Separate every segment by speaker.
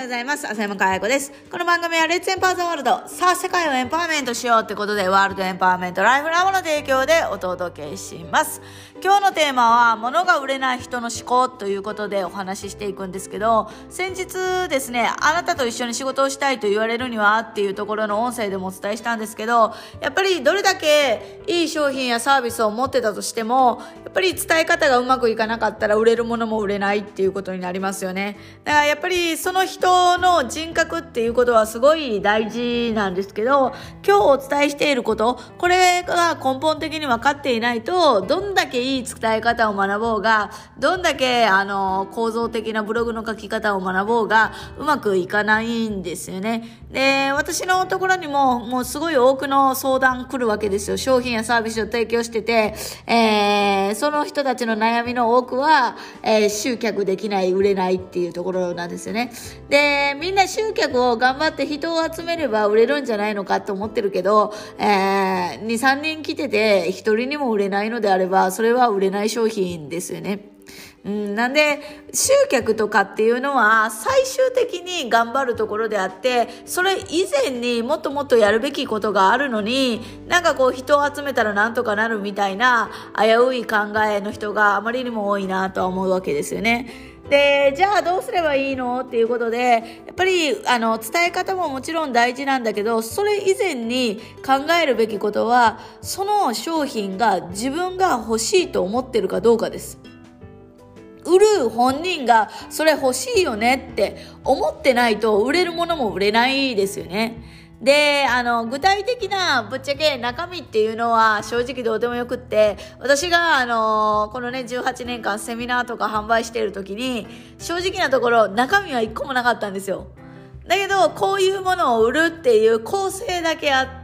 Speaker 1: ようございます。浅山かや子です。この番組はレッツエンパワーザワールド。さあ、世界をエンパワーメントしようってことで、ワールドエンパワーメントライフラボの提供でお届けします。今日のテーマは、物が売れない人の思考ということでお話ししていくんですけど、先日ですね、あなたと一緒に仕事をしたいと言われるにはっていうところの音声でもお伝えしたんですけど、やっぱりどれだけいい商品やサービスを持ってたとしても、やっぱり伝え方がうまくいかなかったら売れるものも売れないっていうことになりますよね。だからやっぱりその人の人格っていうことはすごい大事なんですけど、今日お伝えしていること、これが根本的に分かっていないと、どんだけいい伝え方を学ぼうが、どんだけ構造的なブログの書き方を学ぼうがうまくいかないんですよね。で、私のところにもうすごい多くの相談来るわけですよ。商品やサービスを提供してて、その人たちの悩みの多くは、集客できない、売れないっていうところなんですよね。で、みんな集客を頑張って人を集めれば売れるんじゃないのかと思ってるけど、2、3人来てて1人にも売れないのであれば、それは売れない商品ですよね。なんで集客とかっていうのは最終的に頑張るところであって、それ以前にもっともっとやるべきことがあるのに、なんかこう人を集めたらなんとかなるみたいな危うい考えの人があまりにも多いなとは思うわけですよね。で、じゃあどうすればいいのっていうことで、やっぱり伝え方ももちろん大事なんだけど、それ以前に考えるべきことは、その商品が自分が欲しいと思ってるかどうかです。売る本人がそれ欲しいよねって思ってないと売れるものも売れないですよね。で、具体的なぶっちゃけ中身っていうのは正直どうでもよくって、私がこのね18年間セミナーとか販売している時に、正直なところ中身は一個もなかったんですよ。だけどこういうものを売るっていう構成だけあって、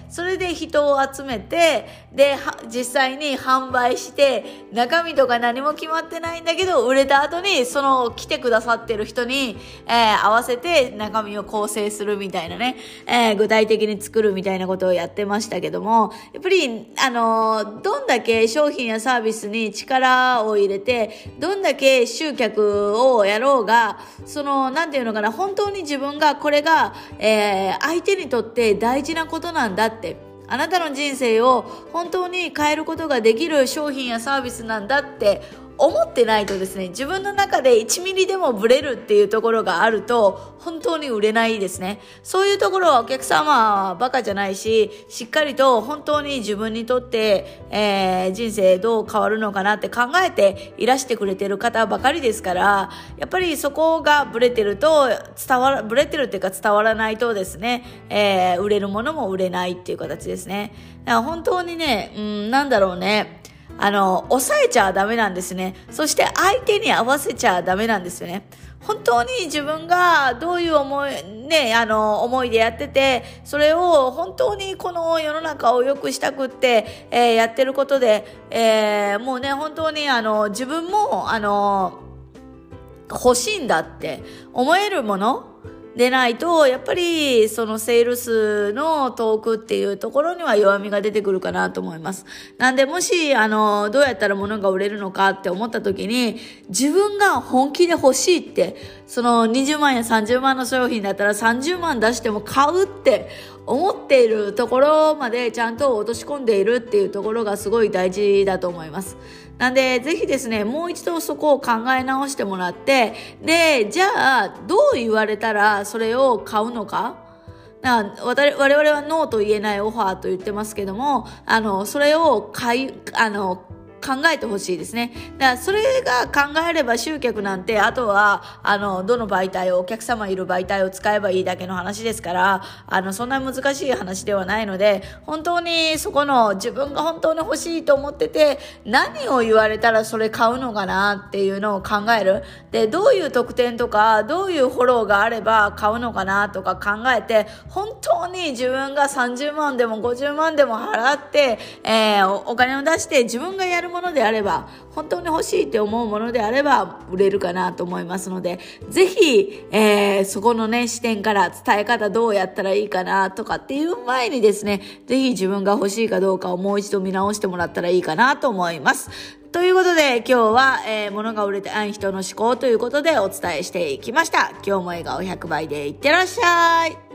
Speaker 1: それで人を集めて、で実際に販売して、中身とか何も決まってないんだけど、売れた後にその来てくださってる人に、合わせて中身を構成するみたいなね、具体的に作るみたいなことをやってましたけども、やっぱりどんだけ商品やサービスに力を入れて、どんだけ集客をやろうが、なんていうのかな、本当に自分がこれが、相手にとって大事なことなんだって、あなたの人生を本当に変えることができる商品やサービスなんだって思ってないとですね、自分の中で1ミリでもブレるっていうところがあると本当に売れないですね。そういうところはお客様はバカじゃないし、しっかりと本当に自分にとって、人生どう変わるのかなって考えていらしてくれてる方ばかりですから、やっぱりそこがブレてるとブレてるっていうか伝わらないとですね、売れるものも売れないっていう形ですね。だから本当にね、なんだろうね、抑えちゃダメなんですね。そして相手に合わせちゃダメなんですよね。本当に自分がどういう思いでやってて、それを本当にこの世の中を良くしたくって、やってることで、もうね、本当に自分も欲しいんだって思えるものでないと、やっぱりそのセールスのトークっていうところには弱みが出てくるかなと思います。なんでもしどうやったら物が売れるのかって思った時に、自分が本気で欲しいって、その20万や30万の商品だったら30万出しても買うって思っているところまでちゃんと落とし込んでいるっていうところがすごい大事だと思います。なんでぜひですね、もう一度そこを考え直してもらって、でじゃあどう言われたらそれを買うのか。我々はノーと言えないオファーと言ってますけども、それを考えてほしいですね。だからそれが考えれば集客なんて、あとはどの媒体を、お客様いる媒体を使えばいいだけの話ですから、そんな難しい話ではないので、本当にそこの自分が本当に欲しいと思ってて、何を言われたらそれ買うのかなっていうのを考える。で、どういう特典とかどういうフォローがあれば買うのかなとか考えて、本当に自分が30万でも50万でも払って、お金を出して自分がやるものであれば、本当に欲しいって思うものであれば売れるかなと思いますので、ぜひ、そこのね視点から伝え方どうやったらいいかなとかっていう前にですね、ぜひ自分が欲しいかどうかをもう一度見直してもらったらいいかなと思います。 ということで今日は、物が売れてない人の思考ということでお伝えしていきました。今日も笑顔100倍でいってらっしゃい。